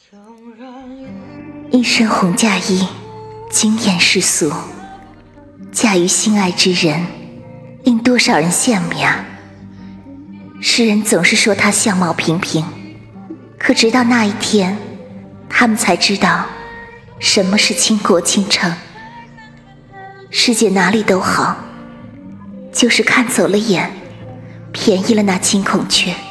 一身红嫁衣，惊艳世俗，嫁于心爱之人，令多少人羡慕呀！世人总是说她相貌平平，可直到那一天，他们才知道什么是倾国倾城。世界哪里都好，就是看走了眼，便宜了那金孔雀。